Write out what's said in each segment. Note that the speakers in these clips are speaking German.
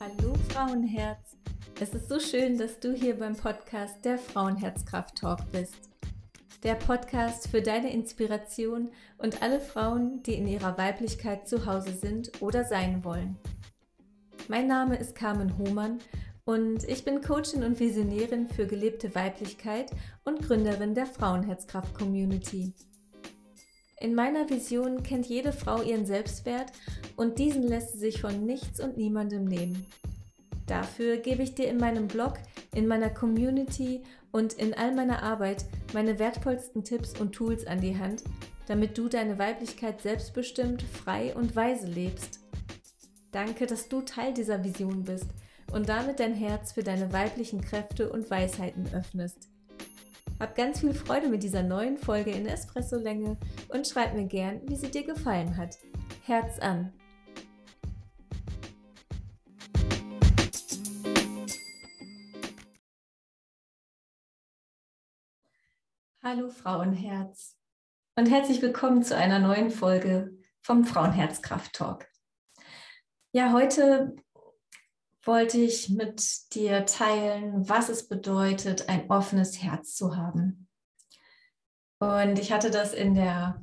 Hallo Frauenherz, es ist so schön, dass du hier beim Podcast der Frauenherzkraft-Talk bist. Der Podcast für deine Inspiration und alle Frauen, die in ihrer Weiblichkeit zu Hause sind oder sein wollen. Mein Name ist Carmen Hohmann und ich bin Coachin und Visionärin für gelebte Weiblichkeit und Gründerin der Frauenherzkraft-Community. In meiner Vision kennt jede Frau ihren Selbstwert und diesen lässt sie sich von nichts und niemandem nehmen. Dafür gebe ich dir in meinem Blog, in meiner Community und in all meiner Arbeit meine wertvollsten Tipps und Tools an die Hand, damit du deine Weiblichkeit selbstbestimmt, frei und weise lebst. Danke, dass du Teil dieser Vision bist und damit dein Herz für deine weiblichen Kräfte und Weisheiten öffnest. Hab ganz viel Freude mit dieser neuen Folge in Espresso-Länge und schreib mir gern, wie sie dir gefallen hat. Herz an! Hallo Frauenherz und herzlich willkommen zu einer neuen Folge vom Frauenherzkraft-Talk. Ja, heute wollte ich mit dir teilen, was es bedeutet, ein offenes Herz zu haben. Und ich hatte das in der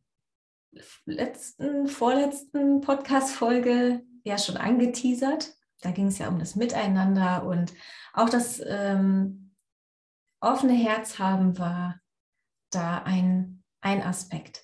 vorletzten Podcast-Folge ja schon angeteasert. Da ging es ja um das Miteinander und auch das offene Herz haben war da ein Aspekt.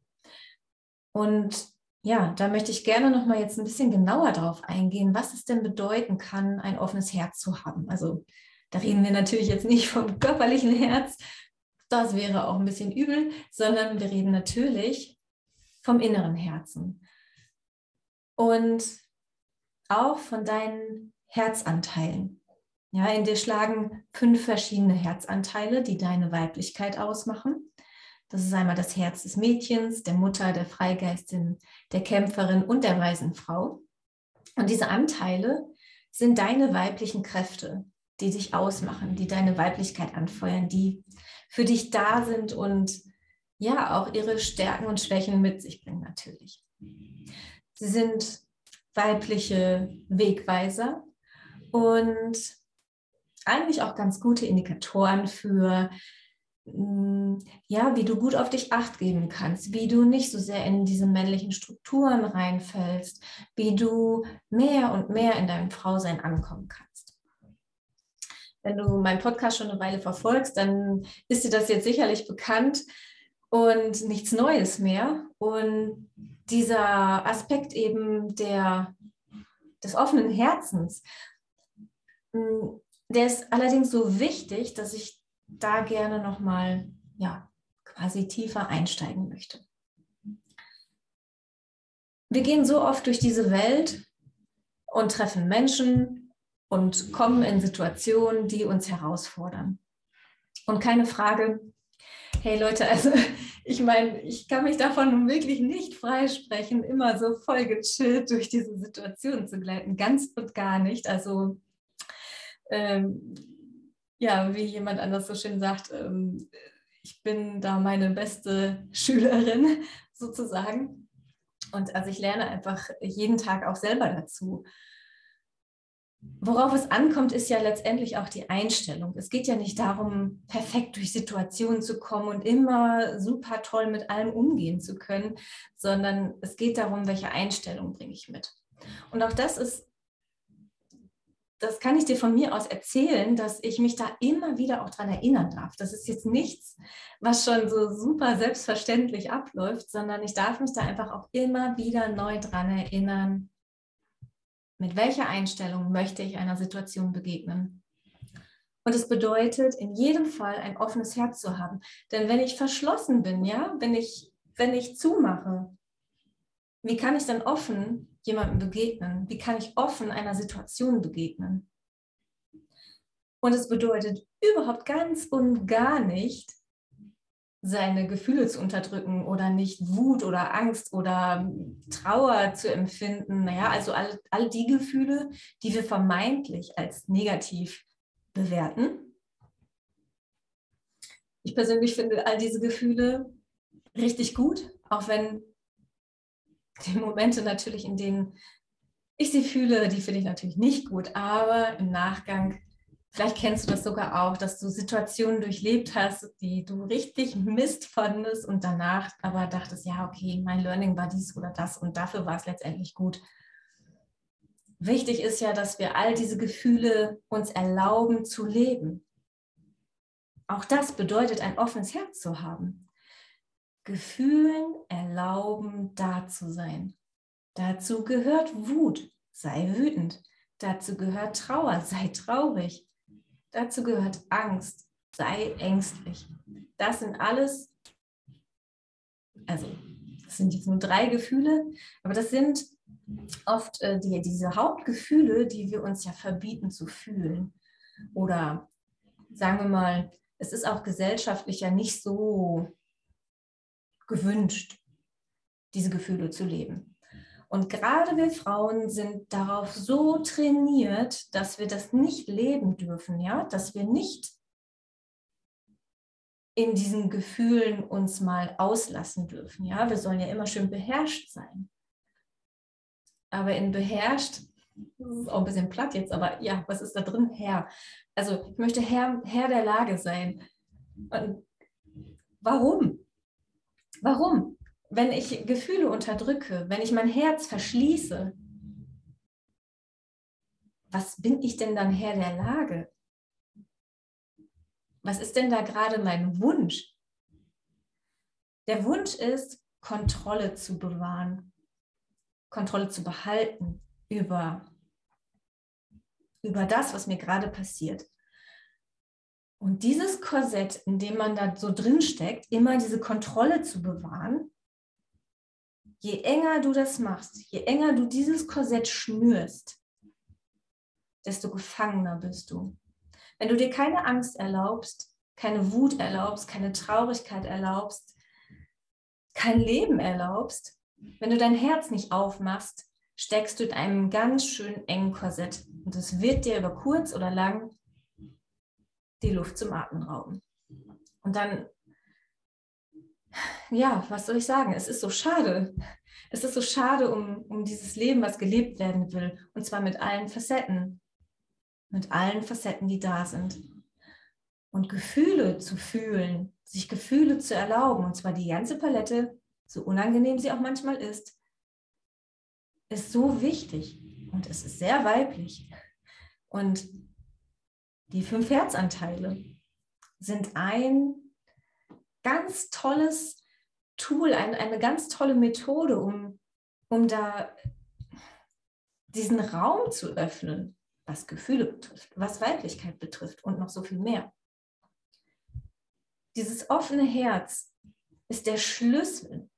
Und ja, da möchte ich gerne noch mal jetzt ein bisschen genauer drauf eingehen, was es denn bedeuten kann, ein offenes Herz zu haben. Also da reden wir natürlich jetzt nicht vom körperlichen Herz, das wäre auch ein bisschen übel, sondern wir reden natürlich vom inneren Herzen. Und auch von deinen Herzanteilen. Ja, in dir schlagen 5 verschiedene Herzanteile, die deine Weiblichkeit ausmachen. Das ist einmal das Herz des Mädchens, der Mutter, der Freigeistin, der Kämpferin und der weisen Frau. Und diese Anteile sind deine weiblichen Kräfte, die dich ausmachen, die deine Weiblichkeit anfeuern, die für dich da sind und ja auch ihre Stärken und Schwächen mit sich bringen natürlich. Sie sind weibliche Wegweiser und eigentlich auch ganz gute Indikatoren für ja, wie du gut auf dich Acht geben kannst, wie du nicht so sehr in diese männlichen Strukturen reinfällst, wie du mehr und mehr in deinem Frausein ankommen kannst. Wenn du meinen Podcast schon eine Weile verfolgst, dann ist dir das jetzt sicherlich bekannt und nichts Neues mehr. Und dieser Aspekt eben des offenen Herzens, der ist allerdings so wichtig, dass ich da gerne nochmal quasi tiefer einsteigen möchte. Wir gehen so oft durch diese Welt und treffen Menschen und kommen in Situationen, die uns herausfordern. Und keine Frage, hey Leute, also ich meine, ich kann mich davon wirklich nicht freisprechen, immer so voll gechillt durch diese Situation zu gleiten, ganz und gar nicht. Also ja, wie jemand anders so schön sagt, ich bin da meine beste Schülerin sozusagen. Und also ich lerne einfach jeden Tag auch selber dazu. Worauf es ankommt, ist ja letztendlich auch die Einstellung. Es geht ja nicht darum, perfekt durch Situationen zu kommen und immer super toll mit allem umgehen zu können, sondern es geht darum, welche Einstellung bringe ich mit. Und auch das kann ich dir von mir aus erzählen, dass ich mich da immer wieder auch dran erinnern darf. Das ist jetzt nichts, was schon so super selbstverständlich abläuft, sondern ich darf mich da einfach auch immer wieder neu dran erinnern, mit welcher Einstellung möchte ich einer Situation begegnen. Und es bedeutet, in jedem Fall ein offenes Herz zu haben. Denn wenn ich verschlossen bin, ja, wenn ich zumache, wie kann ich dann offen jemandem begegnen? Wie kann ich offen einer Situation begegnen? Und es bedeutet überhaupt ganz und gar nicht, seine Gefühle zu unterdrücken oder nicht Wut oder Angst oder Trauer zu empfinden. Naja, also all die Gefühle, die wir vermeintlich als negativ bewerten. Ich persönlich finde all diese Gefühle richtig gut, auch wenn die Momente natürlich, in denen ich sie fühle, die finde ich natürlich nicht gut, aber im Nachgang, vielleicht kennst du das sogar auch, dass du Situationen durchlebt hast, die du richtig Mist fandest und danach aber dachtest, ja, okay, mein Learning war dies oder das und dafür war es letztendlich gut. Wichtig ist ja, dass wir all diese Gefühle uns erlauben zu leben. Auch das bedeutet, ein offenes Herz zu haben. Gefühlen erlauben, da zu sein. Dazu gehört Wut, sei wütend. Dazu gehört Trauer, sei traurig. Dazu gehört Angst, sei ängstlich. Das sind alles, also das sind jetzt nur 3 Gefühle, aber das sind oft diese Hauptgefühle, die wir uns ja verbieten zu fühlen. Oder sagen wir mal, es ist auch gesellschaftlich ja nicht so gewünscht, diese Gefühle zu leben. Und gerade wir Frauen sind darauf so trainiert, dass wir das nicht leben dürfen, ja, dass wir nicht in diesen Gefühlen uns mal auslassen dürfen, ja. Wir sollen ja immer schön beherrscht sein. Aber in beherrscht, das ist auch ein bisschen platt jetzt, aber ja, was ist da drin? Herr. Also ich möchte Herr der Lage sein. Und warum? Warum? Wenn ich Gefühle unterdrücke, wenn ich mein Herz verschließe, was bin ich denn dann Herr der Lage? Was ist denn da gerade mein Wunsch? Der Wunsch ist, Kontrolle zu bewahren, Kontrolle zu behalten über das, was mir gerade passiert. Und dieses Korsett, in dem man da so drin steckt, immer diese Kontrolle zu bewahren, je enger du das machst, je enger du dieses Korsett schnürst, desto gefangener bist du. Wenn du dir keine Angst erlaubst, keine Wut erlaubst, keine Traurigkeit erlaubst, kein Leben erlaubst, wenn du dein Herz nicht aufmachst, steckst du in einem ganz schön engen Korsett. Und es wird dir über kurz oder lang die Luft zum Atmen rauben. Und dann, ja, was soll ich sagen? Es ist so schade. Es ist so schade um dieses Leben, was gelebt werden will. Und zwar mit allen Facetten. Mit allen Facetten, die da sind. Und Gefühle zu fühlen, sich Gefühle zu erlauben, und zwar die ganze Palette, so unangenehm sie auch manchmal ist so wichtig. Und es ist sehr weiblich. Und die 5 Herzanteile sind ein ganz tolles Tool, eine ganz tolle Methode, um da diesen Raum zu öffnen, was Gefühle betrifft, was Weiblichkeit betrifft und noch so viel mehr. Dieses offene Herz ist der Schlüssel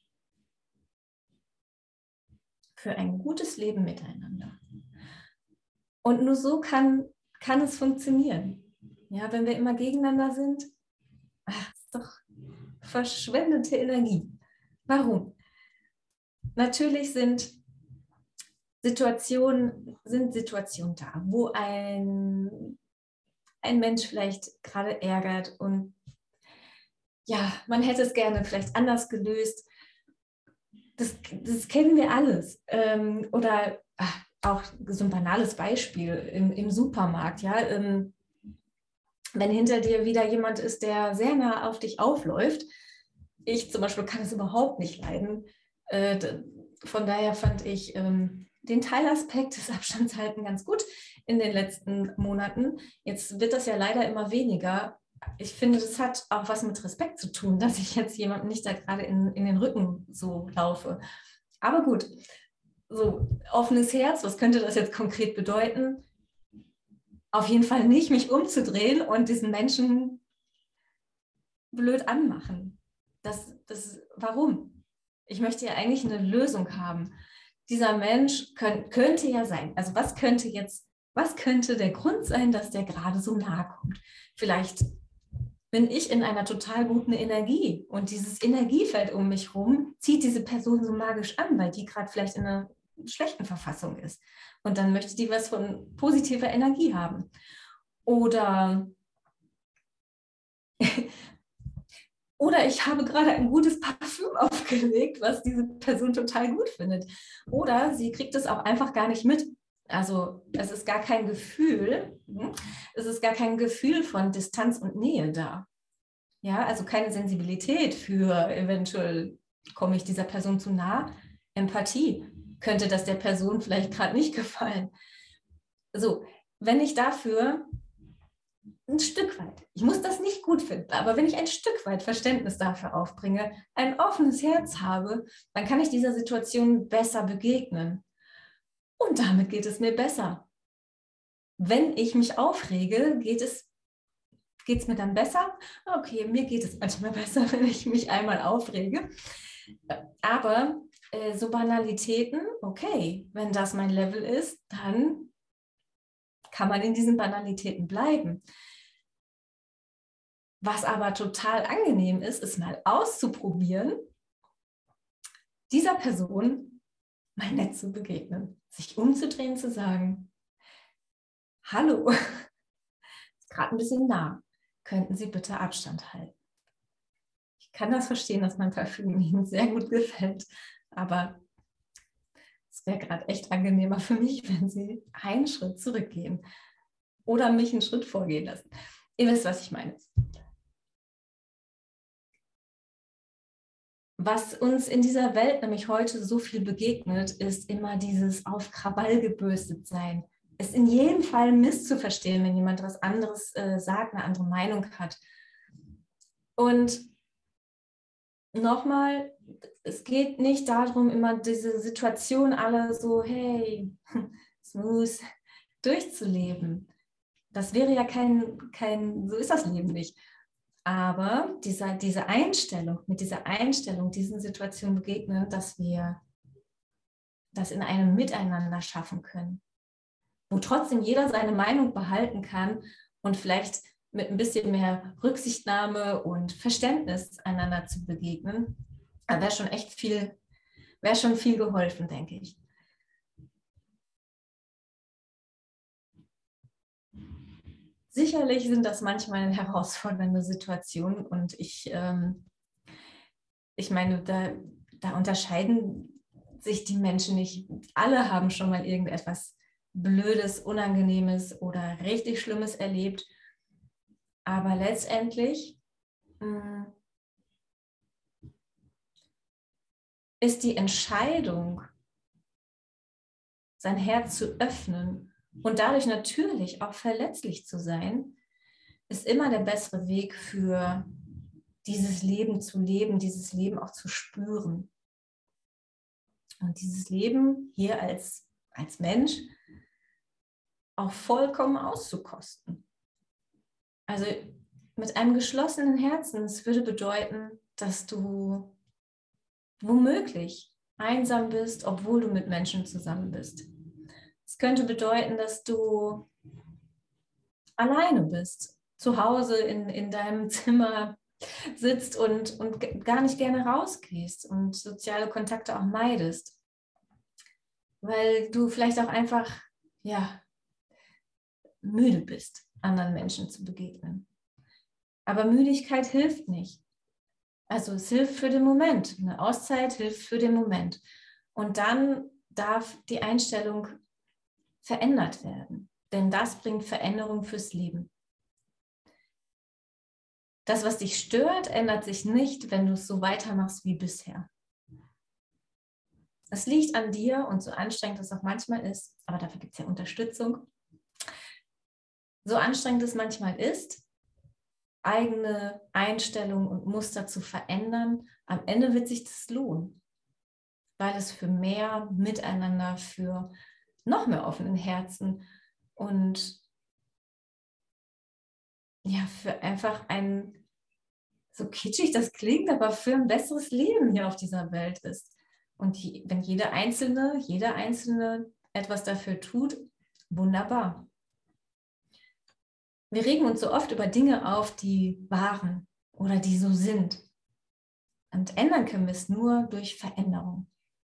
für ein gutes Leben miteinander. Und nur so kann es funktionieren. Ja, wenn wir immer gegeneinander sind, ist doch verschwendete Energie. Warum? Natürlich sind Situationen da, wo ein Mensch vielleicht gerade ärgert und ja, man hätte es gerne vielleicht anders gelöst. Das kennen wir alles. Oder auch so ein banales Beispiel im Supermarkt, ja. Wenn hinter dir wieder jemand ist, der sehr nah auf dich aufläuft. Ich zum Beispiel kann es überhaupt nicht leiden. Von daher fand ich den Teilaspekt des Abstandshalten ganz gut in den letzten Monaten. Jetzt wird das ja leider immer weniger. Ich finde, das hat auch was mit Respekt zu tun, dass ich jetzt jemandem nicht da gerade in den Rücken so laufe. Aber gut, so offenes Herz, was könnte das jetzt konkret bedeuten? Auf jeden Fall nicht, mich umzudrehen und diesen Menschen blöd anmachen. Warum? Ich möchte ja eigentlich eine Lösung haben. Dieser Mensch könnte ja sein, also was könnte der Grund sein, dass der gerade so nahe kommt? Vielleicht bin ich in einer total guten Energie und dieses Energiefeld um mich rum zieht diese Person so magisch an, weil die gerade vielleicht in einer schlechten Verfassung ist. Und dann möchte die was von positiver Energie haben. Oder Oder ich habe gerade ein gutes Parfüm aufgelegt, was diese Person total gut findet. Oder sie kriegt es auch einfach gar nicht mit. Also es ist gar kein Gefühl, es ist gar kein Gefühl von Distanz und Nähe da. Ja, also keine Sensibilität für eventuell komme ich dieser Person zu nah. Empathie, könnte das der Person vielleicht gerade nicht gefallen. So, wenn ich dafür ein Stück weit, ich muss das nicht gut finden, aber wenn ich ein Stück weit Verständnis dafür aufbringe, ein offenes Herz habe, dann kann ich dieser Situation besser begegnen. Und damit geht es mir besser. Wenn ich mich aufrege, geht es mir dann besser? Okay, mir geht es manchmal besser, wenn ich mich einmal aufrege. Aber so Banalitäten, okay, wenn das mein Level ist, dann kann man in diesen Banalitäten bleiben. Was aber total angenehm ist, ist mal auszuprobieren, dieser Person mal nett zu begegnen, sich umzudrehen, zu sagen, hallo, ist gerade ein bisschen nah, könnten Sie bitte Abstand halten? Ich kann das verstehen, dass mein Parfüm Ihnen sehr gut gefällt, aber es wäre gerade echt angenehmer für mich, wenn Sie einen Schritt zurückgehen oder mich einen Schritt vorgehen lassen. Ihr wisst, was ich meine. Was uns in dieser Welt nämlich heute so viel begegnet, ist immer dieses auf Krawall gebürstet sein. Es in jedem Fall misszuverstehen, wenn jemand was anderes sagt, eine andere Meinung hat. Und nochmal, es geht nicht darum, immer diese Situation alle so, hey, smooth durchzuleben. Das wäre ja so ist das Leben nicht. Aber diese Einstellung, mit dieser Einstellung, diesen Situationen begegnen, dass wir das in einem Miteinander schaffen können, wo trotzdem jeder seine Meinung behalten kann und vielleicht mit ein bisschen mehr Rücksichtnahme und Verständnis einander zu begegnen, wäre schon viel geholfen, denke ich. Sicherlich sind das manchmal herausfordernde Situationen und ich meine, da unterscheiden sich die Menschen nicht. Alle haben schon mal irgendetwas Blödes, Unangenehmes oder richtig Schlimmes erlebt. Aber letztendlich ist die Entscheidung, sein Herz zu öffnen und dadurch natürlich auch verletzlich zu sein, ist immer der bessere Weg für dieses Leben zu leben, dieses Leben auch zu spüren. Und dieses Leben hier als Mensch auch vollkommen auszukosten. Also mit einem geschlossenen Herzen, es würde bedeuten, dass du womöglich einsam bist, obwohl du mit Menschen zusammen bist. Es könnte bedeuten, dass du alleine bist, zu Hause in deinem Zimmer sitzt und gar nicht gerne rausgehst und soziale Kontakte auch meidest, weil du vielleicht auch einfach, ja, müde bist, anderen Menschen zu begegnen. Aber Müdigkeit hilft nicht. Also es hilft für den Moment. Eine Auszeit hilft für den Moment. Und dann darf die Einstellung verändert werden. Denn das bringt Veränderung fürs Leben. Das, was dich stört, ändert sich nicht, wenn du es so weitermachst wie bisher. Es liegt an dir und so anstrengend es auch manchmal ist, aber dafür gibt es ja Unterstützung. So anstrengend es manchmal ist, eigene Einstellungen und Muster zu verändern, am Ende wird sich das lohnen, weil es für mehr Miteinander, für noch mehr offenen Herzen und ja, für einfach ein, so kitschig das klingt, aber für ein besseres Leben hier auf dieser Welt ist. Und wenn jeder Einzelne etwas dafür tut, wunderbar. Wir regen uns so oft über Dinge auf, die waren oder die so sind. Und ändern können wir es nur durch Veränderung.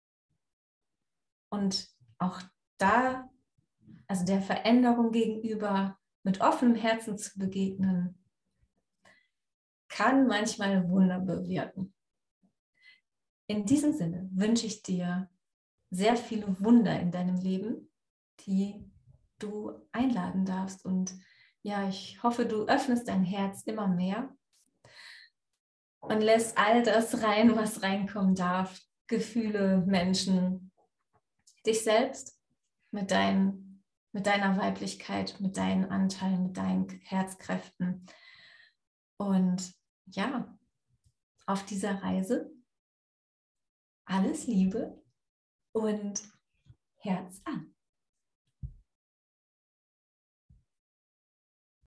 Und auch da, also der Veränderung gegenüber mit offenem Herzen zu begegnen, kann manchmal Wunder bewirken. In diesem Sinne wünsche ich dir sehr viele Wunder in deinem Leben, die du einladen darfst. Und ja, ich hoffe, du öffnest dein Herz immer mehr und lässt all das rein, was reinkommen darf. Gefühle, Menschen, dich selbst mit deiner Weiblichkeit, mit deinen Anteilen, mit deinen Herzkräften. Und ja, auf dieser Reise alles Liebe und Herz an.